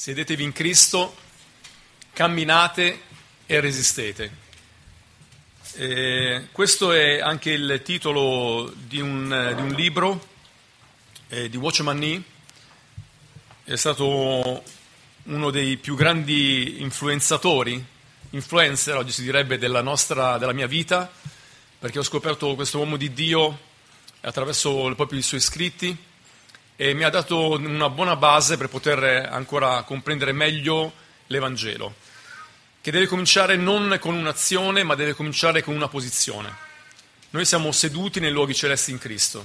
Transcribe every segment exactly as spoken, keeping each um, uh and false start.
Sedetevi in Cristo, camminate e resistete. Eh, questo è anche il titolo di un, di un libro eh, di Watchman Nee. È stato uno dei più grandi influenzatori, influencer, oggi si direbbe, della nostra, della mia vita, perché ho scoperto questo uomo di Dio attraverso proprio i suoi scritti e mi ha dato una buona base per poter ancora comprendere meglio l'Evangelo, che deve cominciare non con un'azione, ma deve cominciare con una posizione. Noi siamo seduti nei luoghi celesti in Cristo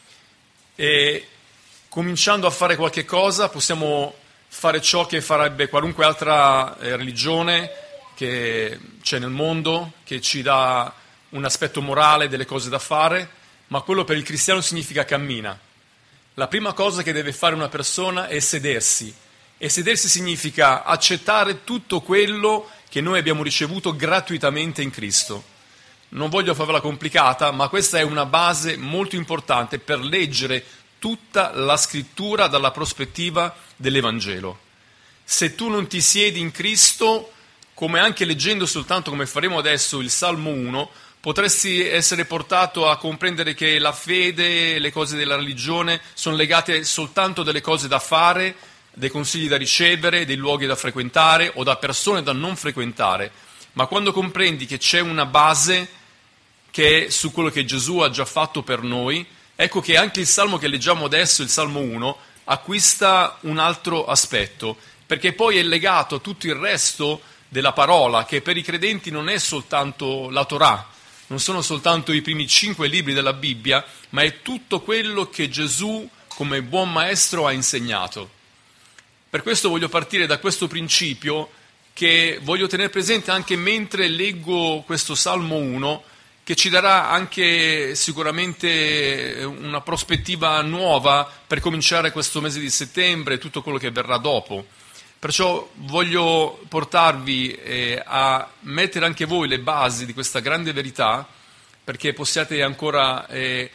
e cominciando a fare qualche cosa possiamo fare ciò che farebbe qualunque altra eh, religione che c'è nel mondo, che ci dà un aspetto morale delle cose da fare, ma quello per il cristiano significa cammina. La prima cosa che deve fare una persona è sedersi, e sedersi significa accettare tutto quello che noi abbiamo ricevuto gratuitamente in Cristo. Non voglio farvela complicata, ma questa è una base molto importante per leggere tutta la scrittura dalla prospettiva dell'Evangelo. Se tu non ti siedi in Cristo, come anche leggendo soltanto, come faremo adesso, il Salmo uno, potresti essere portato a comprendere che la fede, le cose della religione sono legate soltanto delle cose da fare, dei consigli da ricevere, dei luoghi da frequentare o da persone da non frequentare. Ma quando comprendi che c'è una base che è su quello che Gesù ha già fatto per noi, ecco che anche il Salmo che leggiamo adesso, il Salmo uno, acquista un altro aspetto, perché poi è legato a tutto il resto della parola, che per i credenti non è soltanto la Torah, non sono soltanto i primi cinque libri della Bibbia, ma è tutto quello che Gesù, come buon maestro, ha insegnato. Per questo voglio partire da questo principio che voglio tenere presente anche mentre leggo questo Salmo uno, che ci darà anche sicuramente una prospettiva nuova per cominciare questo mese di settembre e tutto quello che verrà dopo. Perciò voglio portarvi eh, a mettere anche voi le basi di questa grande verità, perché possiate ancora eh,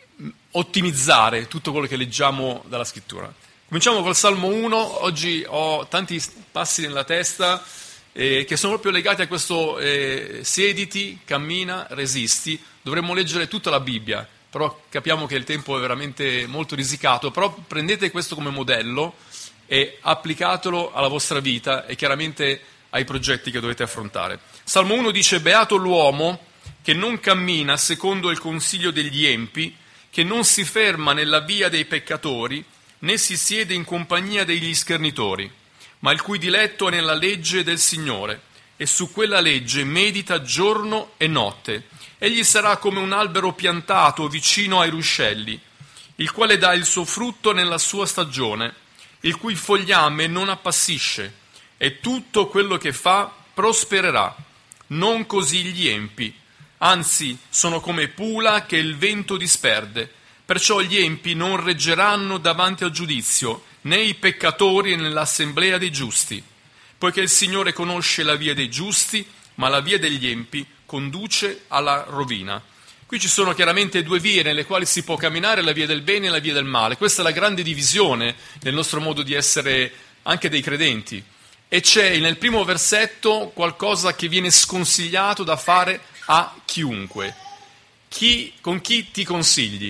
ottimizzare tutto quello che leggiamo dalla Scrittura. Cominciamo col Salmo uno. Oggi ho tanti passi nella testa eh, che sono proprio legati a questo eh, siediti, cammina, resisti. Dovremmo leggere tutta la Bibbia, però capiamo che il tempo è veramente molto risicato, però prendete questo come modello e applicatelo alla vostra vita e chiaramente ai progetti che dovete affrontare. Salmo uno dice: beato l'uomo che non cammina secondo il consiglio degli empi, che non si ferma nella via dei peccatori, né si siede in compagnia degli schernitori, ma il cui diletto è nella legge del Signore, e su quella legge medita giorno e notte. Egli sarà come un albero piantato vicino ai ruscelli, il quale dà il suo frutto nella sua stagione, il cui fogliame non appassisce, e tutto quello che fa prospererà. Non così gli empi, anzi sono come pula che il vento disperde. Perciò gli empi non reggeranno davanti al giudizio, né i peccatori nell'assemblea dei giusti. Poiché il Signore conosce la via dei giusti, ma la via degli empi conduce alla rovina. Qui ci sono chiaramente due vie nelle quali si può camminare, la via del bene e la via del male. Questa è la grande divisione nel nostro modo di essere anche dei credenti. E c'è nel primo versetto qualcosa che viene sconsigliato da fare a chiunque. Chi, con chi ti consigli?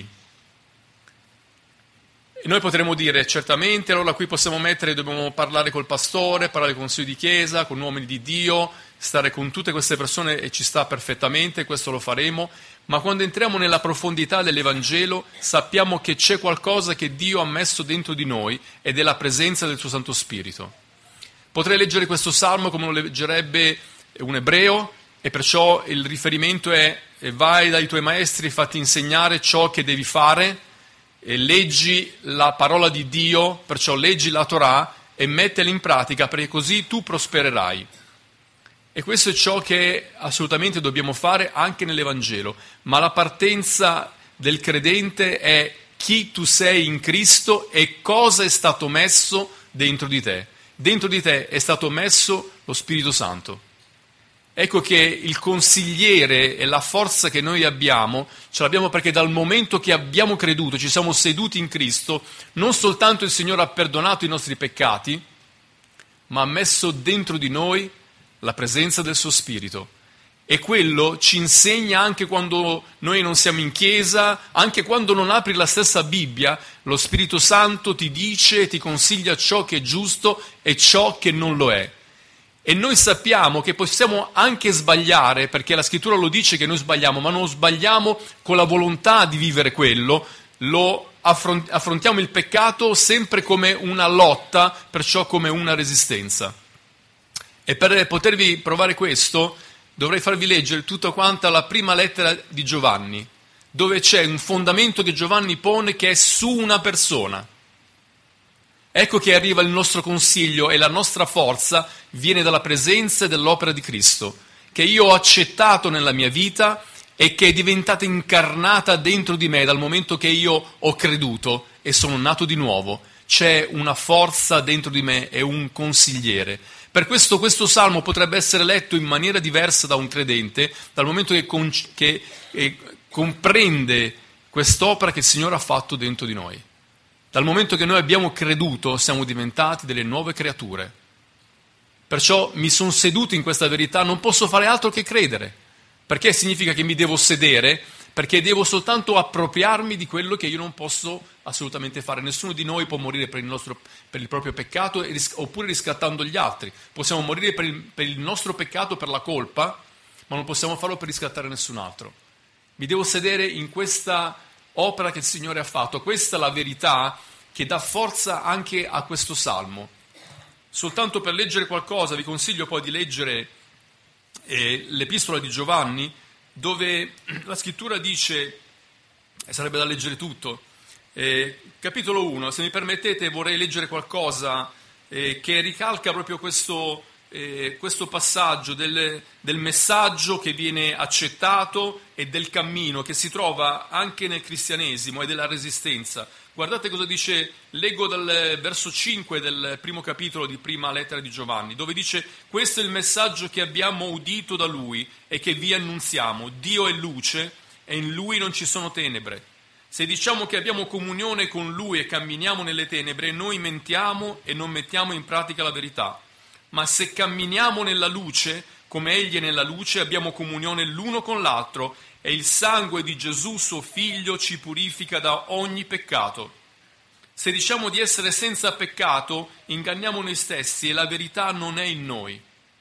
E noi potremmo dire, certamente, allora qui possiamo mettere, dobbiamo parlare col pastore, parlare con consiglio di chiesa, con uomini di Dio, stare con tutte queste persone e ci sta perfettamente, questo lo faremo, ma quando entriamo nella profondità dell'Evangelo sappiamo che c'è qualcosa che Dio ha messo dentro di noi ed è la presenza del suo Santo Spirito. Potrei leggere questo salmo come lo leggerebbe un ebreo e perciò il riferimento è: vai dai tuoi maestri, fatti insegnare ciò che devi fare, e leggi la parola di Dio, perciò leggi la Torah e mettila in pratica, perché così tu prospererai. E questo è ciò che assolutamente dobbiamo fare anche nell'Evangelo. Ma la partenza del credente è chi tu sei in Cristo e cosa è stato messo dentro di te. Dentro di te è stato messo lo Spirito Santo. Ecco che il consigliere e la forza che noi abbiamo, ce l'abbiamo perché dal momento che abbiamo creduto, ci siamo seduti in Cristo, non soltanto il Signore ha perdonato i nostri peccati, ma ha messo dentro di noi la presenza del suo Spirito. E quello ci insegna anche quando noi non siamo in chiesa, anche quando non apri la stessa Bibbia, lo Spirito Santo ti dice e ti consiglia ciò che è giusto e ciò che non lo è. E noi sappiamo che possiamo anche sbagliare, perché la Scrittura lo dice che noi sbagliamo, ma non sbagliamo con la volontà di vivere quello, lo affront- affrontiamo il peccato sempre come una lotta, perciò come una resistenza. E per potervi provare questo, dovrei farvi leggere tutta quanta la prima lettera di Giovanni, dove c'è un fondamento che Giovanni pone che è su una persona. Ecco che arriva il nostro consiglio e la nostra forza viene dalla presenza e dall'opera di Cristo, che io ho accettato nella mia vita e che è diventata incarnata dentro di me dal momento che io ho creduto e sono nato di nuovo. C'è una forza dentro di me e un consigliere. Per questo questo salmo potrebbe essere letto in maniera diversa da un credente, dal momento che, con, che eh, comprende quest'opera che il Signore ha fatto dentro di noi. Dal momento che noi abbiamo creduto, siamo diventati delle nuove creature. Perciò mi sono seduto in questa verità, non posso fare altro che credere. Perché significa che mi devo sedere? Perché devo soltanto appropriarmi di quello che io non posso assolutamente fare. Nessuno di noi può morire per il, nostro, per il proprio peccato e ris- oppure riscattando gli altri. Possiamo morire per il, per il nostro peccato, per la colpa, ma non possiamo farlo per riscattare nessun altro. Mi devo sedere in questa opera che il Signore ha fatto. Questa è la verità che dà forza anche a questo salmo. Soltanto per leggere qualcosa, vi consiglio poi di leggere eh, l'Epistola di Giovanni, dove la scrittura dice, e sarebbe da leggere tutto, eh, capitolo uno, se mi permettete vorrei leggere qualcosa eh, che ricalca proprio questo, eh, questo passaggio del, del messaggio che viene accettato e del cammino che si trova anche nel cristianesimo e della resistenza. Guardate cosa dice, leggo dal verso cinque del primo capitolo di prima lettera di Giovanni, dove dice: questo è il messaggio che abbiamo udito da Lui e che vi annunziamo. Dio è luce e in Lui non ci sono tenebre. Se diciamo che abbiamo comunione con Lui e camminiamo nelle tenebre, noi mentiamo e non mettiamo in pratica la verità. Ma se camminiamo nella luce, come Egli è nella luce, abbiamo comunione l'uno con l'altro, e il sangue di Gesù, suo Figlio, ci purifica da ogni peccato. Se diciamo di essere senza peccato, inganniamo noi stessi e la verità non è in noi.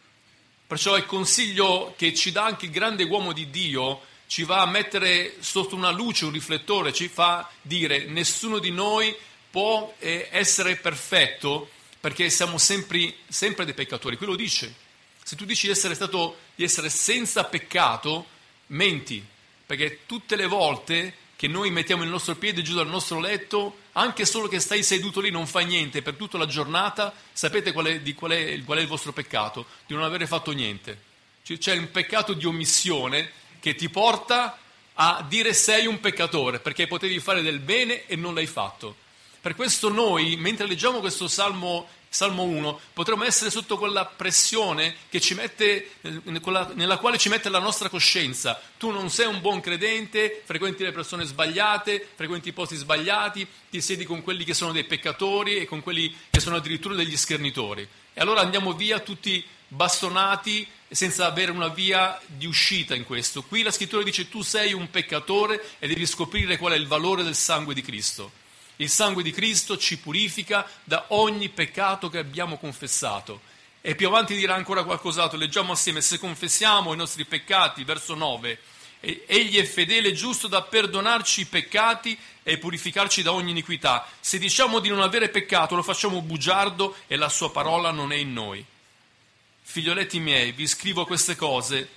Perciò il consiglio che ci dà anche il grande uomo di Dio ci va a mettere sotto una luce, un riflettore, ci fa dire: nessuno di noi può eh, essere perfetto, perché siamo sempre, sempre dei peccatori. Qui lo dice. Se tu dici di essere stato, di essere senza peccato, menti. Perché tutte le volte che noi mettiamo il nostro piede giù dal nostro letto, anche solo che stai seduto lì non fai niente per tutta la giornata, sapete qual è, di qual è, qual è il vostro peccato? Di non avere fatto niente. C'è un peccato di omissione che ti porta a dire sei un peccatore, perché potevi fare del bene e non l'hai fatto. Per questo noi, mentre leggiamo questo Salmo, Salmo uno, potremmo essere sotto quella pressione che ci mette, nella quale ci mette la nostra coscienza. Tu non sei un buon credente, frequenti le persone sbagliate, frequenti i posti sbagliati, ti siedi con quelli che sono dei peccatori e con quelli che sono addirittura degli schernitori. E allora andiamo via tutti bastonati senza avere una via di uscita in questo. Qui la scrittura dice: tu sei un peccatore e devi scoprire qual è il valore del sangue di Cristo. Il sangue di Cristo ci purifica da ogni peccato che abbiamo confessato. E più avanti dirà ancora qualcos'altro. Leggiamo assieme: se confessiamo i nostri peccati, verso nove, egli è fedele e giusto da perdonarci i peccati e purificarci da ogni iniquità. Se diciamo di non avere peccato, lo facciamo bugiardo e la sua parola non è in noi. Figlioletti miei, vi scrivo queste cose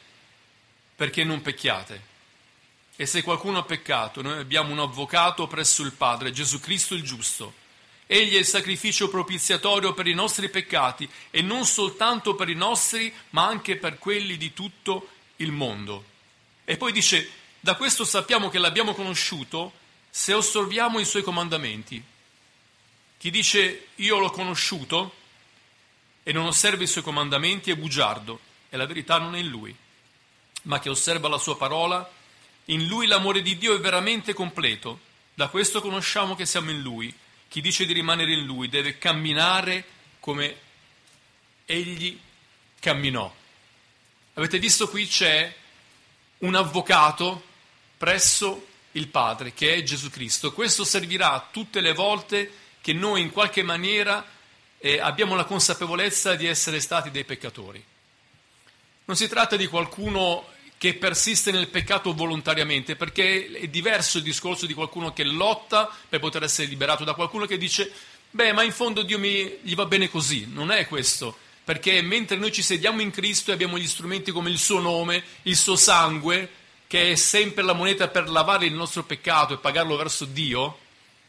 perché non pecchiate. E se qualcuno ha peccato, noi abbiamo un avvocato presso il Padre, Gesù Cristo il giusto. Egli è il sacrificio propiziatorio per i nostri peccati, e non soltanto per i nostri, ma anche per quelli di tutto il mondo. E poi dice: da questo sappiamo che l'abbiamo conosciuto se osserviamo i suoi comandamenti. Chi dice io l'ho conosciuto e non osserva i suoi comandamenti è bugiardo, e la verità non è in lui. Ma chi osserva la sua parola, in lui l'amore di Dio è veramente completo. Da questo conosciamo che siamo in lui. Chi dice di rimanere in lui deve camminare come egli camminò. Avete visto qui c'è un avvocato presso il Padre, che è Gesù Cristo. Questo servirà tutte le volte che noi in qualche maniera eh, abbiamo la consapevolezza di essere stati dei peccatori. Non si tratta di qualcuno che persiste nel peccato volontariamente, perché è diverso il discorso di qualcuno che lotta per poter essere liberato da qualcuno che dice beh, ma in fondo Dio mi, gli va bene così. Non è questo, perché mentre noi ci sediamo in Cristo e abbiamo gli strumenti come il suo nome, il suo sangue, che è sempre la moneta per lavare il nostro peccato e pagarlo verso Dio,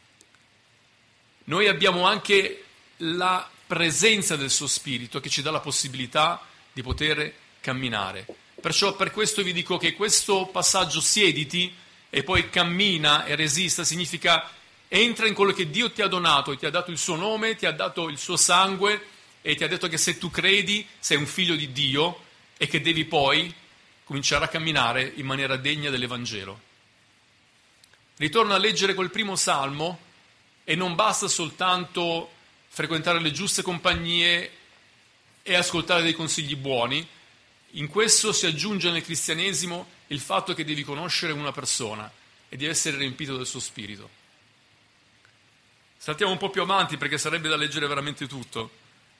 noi abbiamo anche la presenza del suo Spirito che ci dà la possibilità di poter camminare. Perciò per questo vi dico che questo passaggio siediti e poi cammina e resista significa entra in quello che Dio ti ha donato, ti ha dato il suo nome, ti ha dato il suo sangue e ti ha detto che se tu credi sei un figlio di Dio e che devi poi cominciare a camminare in maniera degna dell'Evangelo. Ritorno a leggere quel primo salmo e non basta soltanto frequentare le giuste compagnie e ascoltare dei consigli buoni. In questo si aggiunge nel cristianesimo il fatto che devi conoscere una persona e devi essere riempito del suo spirito. Saltiamo un po' più avanti perché sarebbe da leggere veramente tutto.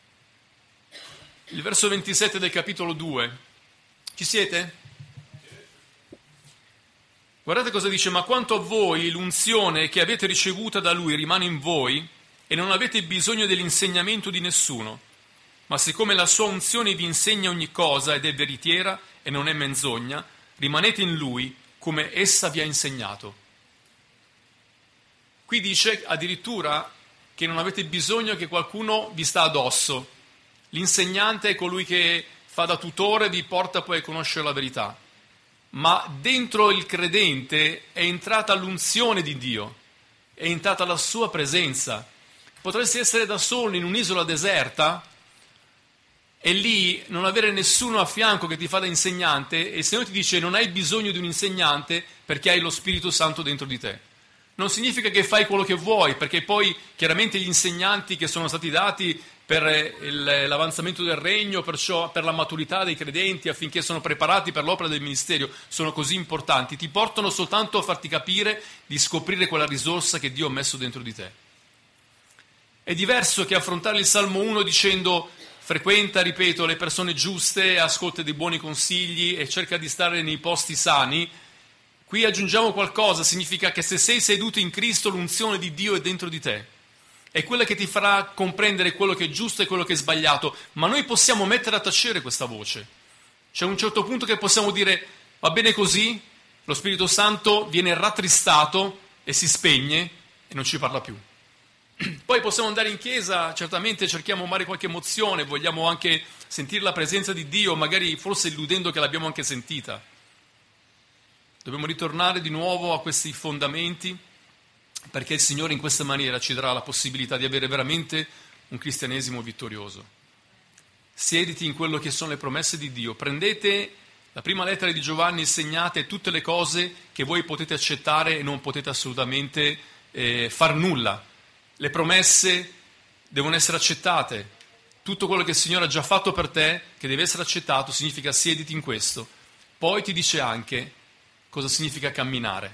Il verso ventisette del capitolo due. Ci siete? Guardate cosa dice: ma quanto a voi l'unzione che avete ricevuta da Lui rimane in voi e non avete bisogno dell'insegnamento di nessuno, ma siccome la sua unzione vi insegna ogni cosa ed è veritiera e non è menzogna, rimanete in Lui come essa vi ha insegnato. Qui dice addirittura che non avete bisogno che qualcuno vi sta addosso. L'insegnante è colui che fa da tutore e vi porta poi a conoscere la verità. Ma dentro il credente è entrata l'unzione di Dio, è entrata la sua presenza. Potresti essere da solo in un'isola deserta e lì non avere nessuno a fianco che ti fa da insegnante, e il Signore ti dice non hai bisogno di un insegnante perché hai lo Spirito Santo dentro di te. Non significa che fai quello che vuoi, perché poi chiaramente gli insegnanti che sono stati dati per il, l'avanzamento del regno, perciò per la maturità dei credenti, affinché sono preparati per l'opera del ministero, sono così importanti, ti portano soltanto a farti capire di scoprire quella risorsa che Dio ha messo dentro di te. È diverso che affrontare il Salmo uno dicendo frequenta, ripeto, le persone giuste, ascolta dei buoni consigli e cerca di stare nei posti sani. Qui aggiungiamo qualcosa, significa che se sei seduto in Cristo l'unzione di Dio è dentro di te. È quella che ti farà comprendere quello che è giusto e quello che è sbagliato, ma noi possiamo mettere a tacere questa voce. C'è un certo punto che possiamo dire va bene così, lo Spirito Santo viene rattristato e si spegne e non ci parla più. Poi possiamo andare in chiesa, certamente cerchiamo magari qualche emozione, vogliamo anche sentire la presenza di Dio, magari forse illudendo che l'abbiamo anche sentita. Dobbiamo ritornare di nuovo a questi fondamenti, perché il Signore in questa maniera ci darà la possibilità di avere veramente un cristianesimo vittorioso. Siediti in quello che sono le promesse di Dio, prendete la prima lettera di Giovanni, insegnate tutte le cose che voi potete accettare e non potete assolutamente eh, far nulla. Le promesse devono essere accettate, tutto quello che il Signore ha già fatto per te, che deve essere accettato, significa siediti in questo. Poi ti dice anche cosa significa camminare.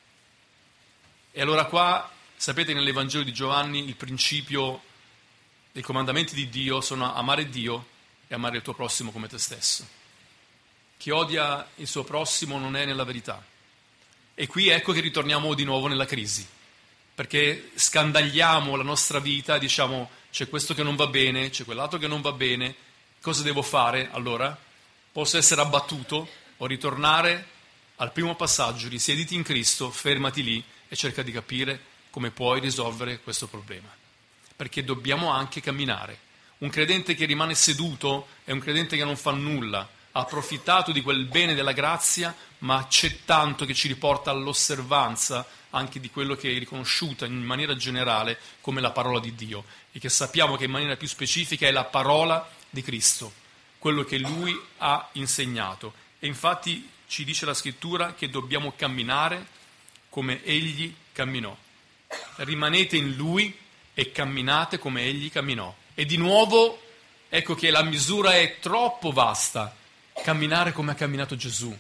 E allora qua, sapete, nell'Evangelo di Giovanni il principio dei comandamenti di Dio sono amare Dio e amare il tuo prossimo come te stesso. Chi odia il suo prossimo non è nella verità. E qui ecco che ritorniamo di nuovo nella crisi, perché scandagliamo la nostra vita, diciamo c'è questo che non va bene, c'è quell'altro che non va bene, cosa devo fare allora? Posso essere abbattuto o ritornare al primo passaggio, risiediti in Cristo, fermati lì e cerca di capire come puoi risolvere questo problema. Perché dobbiamo anche camminare. Un credente che rimane seduto è un credente che non fa nulla, ha approfittato di quel bene della grazia, ma c'è tanto che ci riporta all'osservanza anche di quello che è riconosciuta in maniera generale come la parola di Dio e che sappiamo che in maniera più specifica è la parola di Cristo, quello che Lui ha insegnato. E infatti ci dice la Scrittura che dobbiamo camminare come Egli camminò. Rimanete in Lui e camminate come Egli camminò. E di nuovo ecco che la misura è troppo vasta. Camminare come ha camminato Gesù.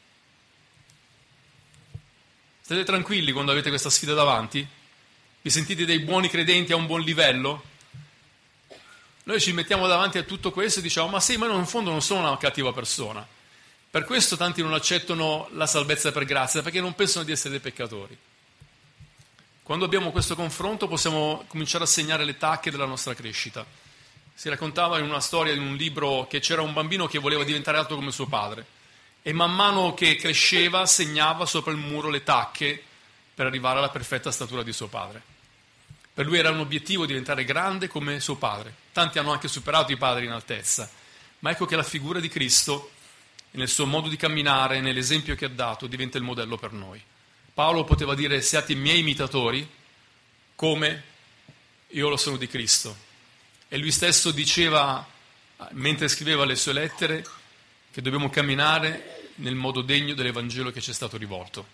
State tranquilli quando avete questa sfida davanti? Vi sentite dei buoni credenti a un buon livello? Noi ci mettiamo davanti a tutto questo e diciamo, ma sì, ma io in fondo non sono una cattiva persona. Per questo tanti non accettano la salvezza per grazia, perché non pensano di essere dei peccatori. Quando abbiamo questo confronto possiamo cominciare a segnare le tacche della nostra crescita. Si raccontava in una storia, in un libro, che c'era un bambino che voleva diventare alto come suo padre e man mano che cresceva segnava sopra il muro le tacche per arrivare alla perfetta statura di suo padre. Per lui era un obiettivo diventare grande come suo padre. Tanti hanno anche superato i padri in altezza, ma ecco che la figura di Cristo, nel suo modo di camminare, nell'esempio che ha dato, diventa il modello per noi. Paolo poteva dire: siate miei imitatori come io lo sono di Cristo. E lui stesso diceva, mentre scriveva le sue lettere, che dobbiamo camminare nel modo degno dell'Evangelo che ci è stato rivolto.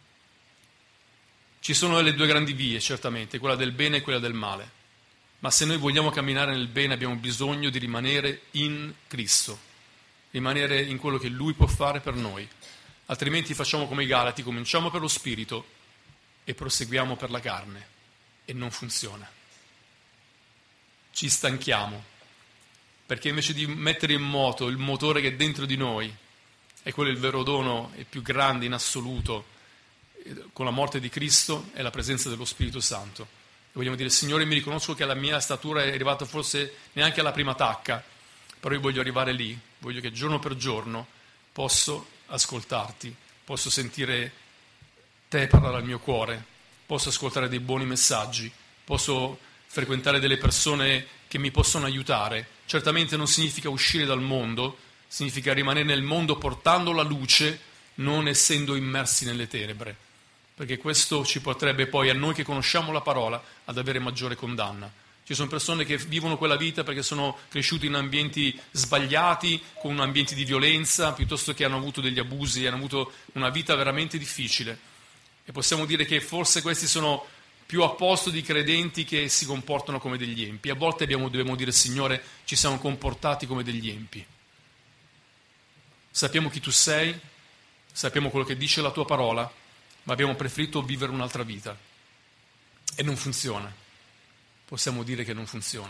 Ci sono le due grandi vie, certamente, quella del bene e quella del male. Ma se noi vogliamo camminare nel bene abbiamo bisogno di rimanere in Cristo, rimanere in quello che Lui può fare per noi. Altrimenti facciamo come i Galati, cominciamo per lo Spirito e proseguiamo per la carne. E non funziona. Ci stanchiamo, perché invece di mettere in moto il motore che è dentro di noi, è quello il vero dono, il più grande in assoluto, con la morte di Cristo è la presenza dello Spirito Santo. E vogliamo dire: Signore, mi riconosco che la mia statura è arrivata forse neanche alla prima tacca, però io voglio arrivare lì, voglio che giorno per giorno posso ascoltarti, posso sentire te parlare al mio cuore, posso ascoltare dei buoni messaggi, posso frequentare delle persone che mi possono aiutare. Certamente non significa uscire dal mondo, significa rimanere nel mondo portando la luce, non essendo immersi nelle tenebre, perché questo ci porterebbe poi, a noi che conosciamo la parola, ad avere maggiore condanna. Ci sono persone che vivono quella vita perché sono cresciuti in ambienti sbagliati, con ambienti di violenza, piuttosto che hanno avuto degli abusi, hanno avuto una vita veramente difficile. E possiamo dire che forse questi sono più a posto di credenti che si comportano come degli empi. A volte abbiamo, dobbiamo dire: Signore, ci siamo comportati come degli empi. Sappiamo chi tu sei, sappiamo quello che dice la tua parola, ma abbiamo preferito vivere un'altra vita. E non funziona. Possiamo dire che non funziona.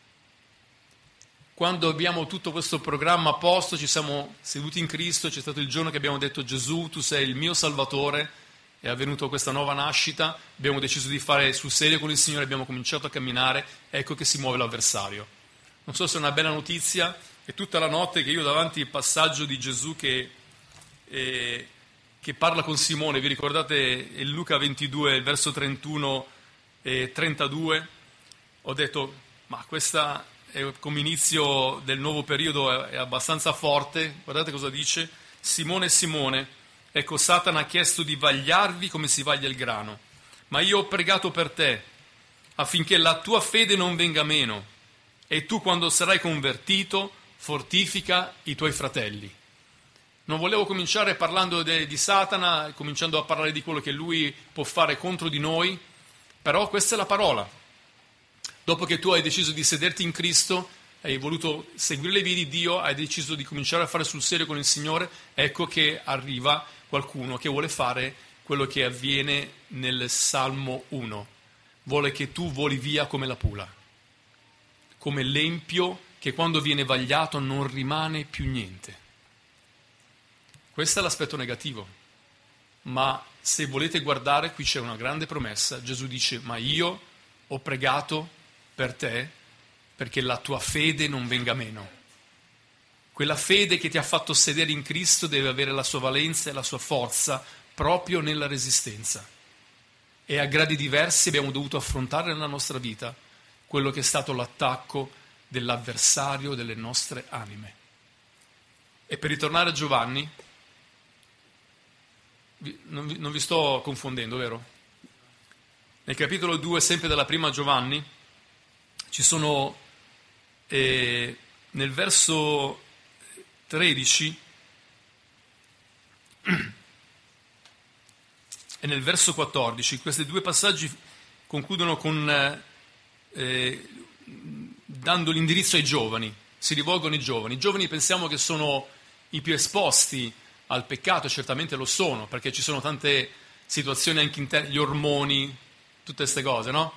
Quando abbiamo tutto questo programma a posto, ci siamo seduti in Cristo, c'è stato il giorno che abbiamo detto: Gesù, tu sei il mio Salvatore, è avvenuta questa nuova nascita, abbiamo deciso di fare sul serio con il Signore, abbiamo cominciato a camminare, ecco che si muove l'avversario. Non so se è una bella notizia, è tutta la notte che io davanti al passaggio di Gesù che, eh, che parla con Simone, vi ricordate il Luca ventidue, il verso trentuno e trentadue, ho detto: ma questa è, come inizio del nuovo periodo, è, è abbastanza forte. Guardate cosa dice: Simone, Simone, ecco, Satana ha chiesto di vagliarvi come si vaglia il grano, ma io ho pregato per te affinché la tua fede non venga meno, e tu, quando sarai convertito, fortifica i tuoi fratelli. Non volevo cominciare parlando de, di Satana, cominciando a parlare di quello che lui può fare contro di noi, però questa è la parola. Dopo che tu hai deciso di sederti in Cristo, hai voluto seguire le vie di Dio, hai deciso di cominciare a fare sul serio con il Signore, ecco che arriva qualcuno che vuole fare quello che avviene nel Salmo uno. Vuole che tu voli via come la pula, come l'empio che quando viene vagliato non rimane più niente. Questo è l'aspetto negativo, ma se volete guardare, qui c'è una grande promessa. Gesù dice: ma io ho pregato per te perché la tua fede non venga meno. Quella fede che ti ha fatto sedere in Cristo deve avere la sua valenza e la sua forza proprio nella resistenza. E a gradi diversi abbiamo dovuto affrontare nella nostra vita quello che è stato l'attacco dell'avversario delle nostre anime. E per ritornare a Giovanni, non vi, non vi sto confondendo, vero? Nel capitolo due, sempre della prima Giovanni, ci sono eh, nel verso tredici e nel verso quattordici, questi due passaggi concludono con eh, dando l'indirizzo ai giovani. si rivolgono ai giovani. I giovani pensiamo che sono i più esposti al peccato, certamente lo sono, perché ci sono tante situazioni anche interne, gli ormoni, tutte queste cose, no?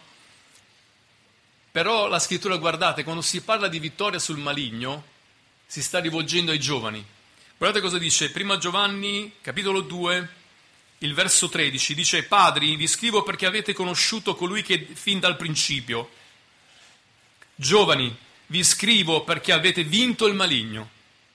Però la scrittura, guardate, quando si parla di vittoria sul maligno, si sta rivolgendo ai giovani. Guardate cosa dice, prima Giovanni, capitolo due, il verso tredici, dice: padri, vi scrivo perché avete conosciuto colui che fin dal principio. Giovani, vi scrivo perché avete vinto il maligno.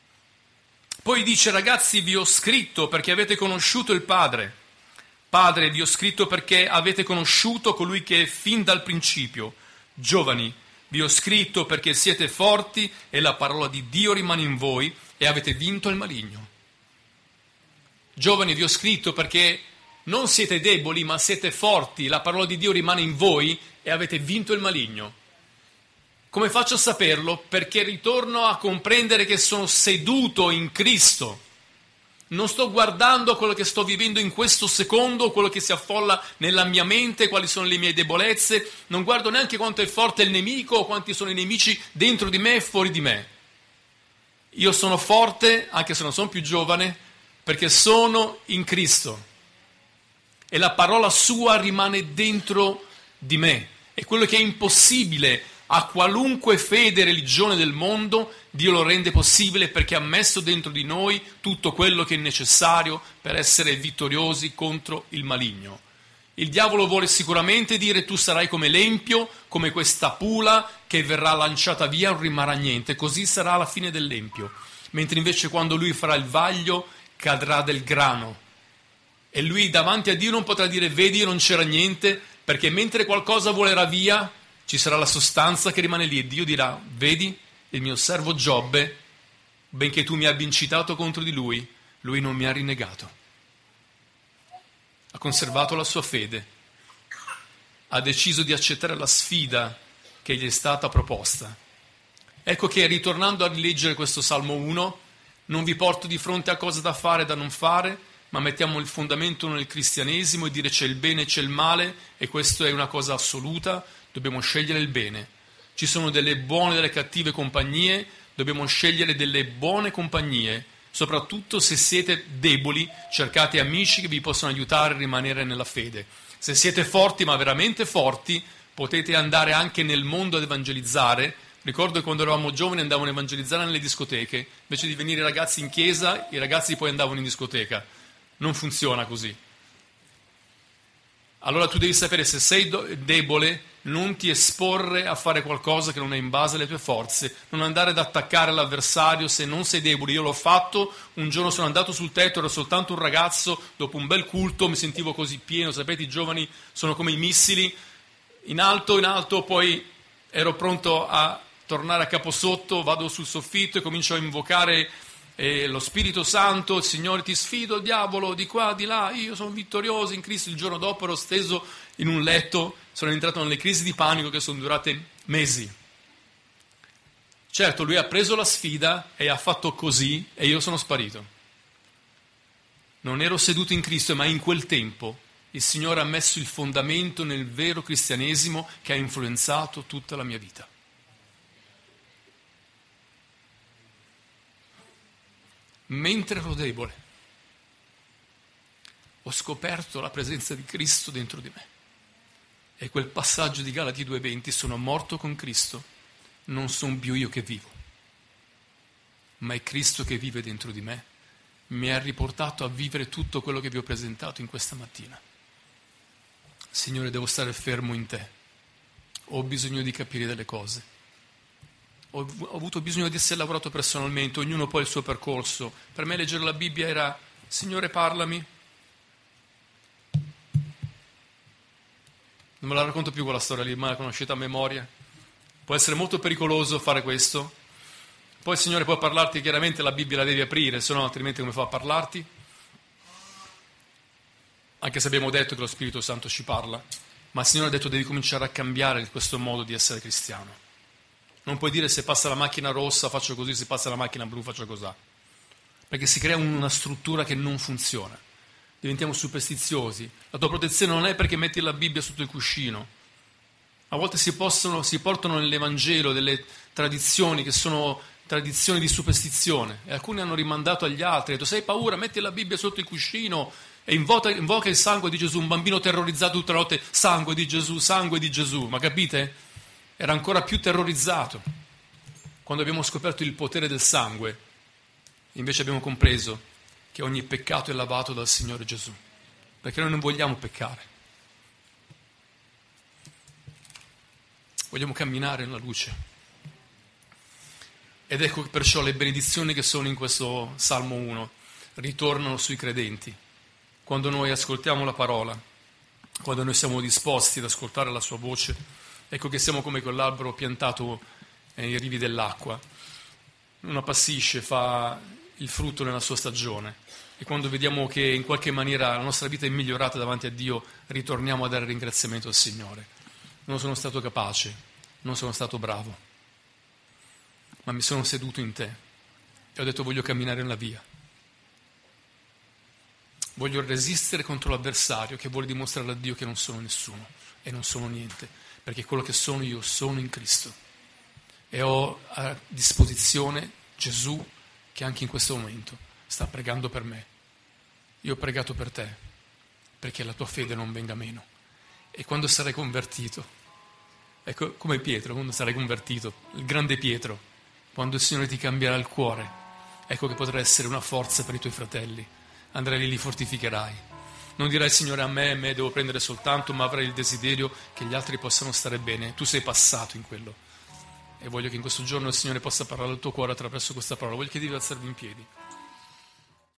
Poi dice: ragazzi, vi ho scritto perché avete conosciuto il Padre. Padre, vi ho scritto perché avete conosciuto colui che è fin dal principio. Giovani, vi ho scritto perché siete forti e la parola di Dio rimane in voi e avete vinto il maligno. Giovani, vi ho scritto perché non siete deboli ma siete forti, la parola di Dio rimane in voi e avete vinto il maligno. Come faccio a saperlo? Perché ritorno a comprendere che sono seduto in Cristo. Non sto guardando quello che sto vivendo in questo secondo, quello che si affolla nella mia mente, quali sono le mie debolezze. Non guardo neanche quanto è forte il nemico o quanti sono i nemici dentro di me e fuori di me. Io sono forte, anche se non sono più giovane, perché sono in Cristo. E la parola sua rimane dentro di me. E quello che è impossibile a qualunque fede e religione del mondo, Dio lo rende possibile perché ha messo dentro di noi tutto quello che è necessario per essere vittoriosi contro il maligno. Il diavolo vuole sicuramente dire: tu sarai come l'empio, come questa pula che verrà lanciata via, non rimarrà niente, così sarà la fine dell'empio. Mentre invece quando lui farà il vaglio cadrà del grano e lui davanti a Dio non potrà dire: vedi, non c'era niente, perché mentre qualcosa volerà via ci sarà la sostanza che rimane lì e Dio dirà: vedi, il mio servo Giobbe, benché tu mi abbia incitato contro di lui, lui non mi ha rinnegato. Ha conservato la sua fede, ha deciso di accettare la sfida che gli è stata proposta. Ecco che, ritornando a rileggere questo Salmo uno, non vi porto di fronte a cose da fare e da non fare, ma mettiamo il fondamento nel cristianesimo e dire: c'è il bene e c'è il male, e questo è una cosa assoluta. Dobbiamo scegliere il bene. Ci sono delle buone e delle cattive compagnie, dobbiamo scegliere delle buone compagnie. Soprattutto se siete deboli, cercate amici che vi possono aiutare a rimanere nella fede. Se siete forti, ma veramente forti, potete andare anche nel mondo ad evangelizzare. Ricordo che quando eravamo giovani andavano a evangelizzare nelle discoteche, invece di venire i ragazzi in chiesa, i ragazzi poi andavano in discoteca. Non funziona così. Allora tu devi sapere, se sei debole, non ti esporre a fare qualcosa che non è in base alle tue forze, non andare ad attaccare l'avversario se non sei debole. Io l'ho fatto, un giorno sono andato sul tetto, ero soltanto un ragazzo, dopo un bel culto mi sentivo così pieno, sapete, i giovani sono come i missili, in alto, in alto, poi ero pronto a tornare a caposotto, vado sul soffitto e comincio a invocare E lo Spirito Santo: il Signore, ti sfido, diavolo, di qua, di là, io sono vittorioso in Cristo. Il giorno dopo ero steso in un letto, sono entrato nelle crisi di panico che sono durate mesi. Certo, lui ha preso la sfida e ha fatto così e io sono sparito. Non ero seduto in Cristo, ma in quel tempo il Signore ha messo il fondamento nel vero cristianesimo che ha influenzato tutta la mia vita. Mentre ero debole, ho scoperto la presenza di Cristo dentro di me. E quel passaggio di Galati due venti: sono morto con Cristo, non sono più io che vivo, ma è Cristo che vive dentro di me, mi ha riportato a vivere tutto quello che vi ho presentato in questa mattina. Signore, devo stare fermo in te, ho bisogno di capire delle cose. Ho avuto bisogno di essere lavorato personalmente, ognuno poi il suo percorso. Per me leggere la Bibbia era: Signore, parlami. Non me la racconto più quella storia lì, ma la conoscete a memoria. Può essere molto pericoloso fare questo. Poi il Signore può parlarti, chiaramente la Bibbia la devi aprire, se no altrimenti come fa a parlarti? Anche se abbiamo detto che lo Spirito Santo ci parla, ma il Signore ha detto: devi cominciare a cambiare questo modo di essere cristiano. Non puoi dire: se passa la macchina rossa faccio così, se passa la macchina blu faccio così. Perché si crea una struttura che non funziona. Diventiamo superstiziosi. La tua protezione non è perché metti la Bibbia sotto il cuscino. A volte si, possono, si portano nell'Evangelo delle tradizioni che sono tradizioni di superstizione, e alcuni hanno rimandato agli altri, hanno detto: se hai paura metti la Bibbia sotto il cuscino e invoca, invoca il sangue di Gesù. Un bambino terrorizzato tutta la notte: sangue di Gesù, sangue di Gesù. Ma capite? Era ancora più terrorizzato. Quando abbiamo scoperto il potere del sangue, invece abbiamo compreso che ogni peccato è lavato dal Signore Gesù, perché noi non vogliamo peccare, vogliamo camminare nella luce. Ed ecco che perciò le benedizioni che sono in questo Salmo uno ritornano sui credenti. Quando noi ascoltiamo la parola, quando noi siamo disposti ad ascoltare la sua voce, ecco che siamo come quell'albero piantato nei rivi dell'acqua. Non appassisce, fa il frutto nella sua stagione. E quando vediamo che in qualche maniera la nostra vita è migliorata davanti a Dio, ritorniamo a dare ringraziamento al Signore. Non sono stato capace, non sono stato bravo, ma mi sono seduto in te e ho detto: voglio camminare nella via. Voglio resistere contro l'avversario che vuole dimostrare a Dio che non sono nessuno e non sono niente, perché quello che sono io sono in Cristo. E ho a disposizione Gesù, che anche in questo momento sta pregando per me. Io ho pregato per te, perché la tua fede non venga meno. E quando sarai convertito, ecco, come Pietro, quando sarai convertito, il grande Pietro, quando il Signore ti cambierà il cuore, ecco che potrai essere una forza per i tuoi fratelli. Andrai lì e li fortificherai. Non dirai: Signore, a me, a me devo prendere soltanto, ma avrai il desiderio che gli altri possano stare bene. Tu sei passato in quello. E voglio che in questo giorno il Signore possa parlare al tuo cuore attraverso questa parola. Voglio che devi alzarvi in piedi.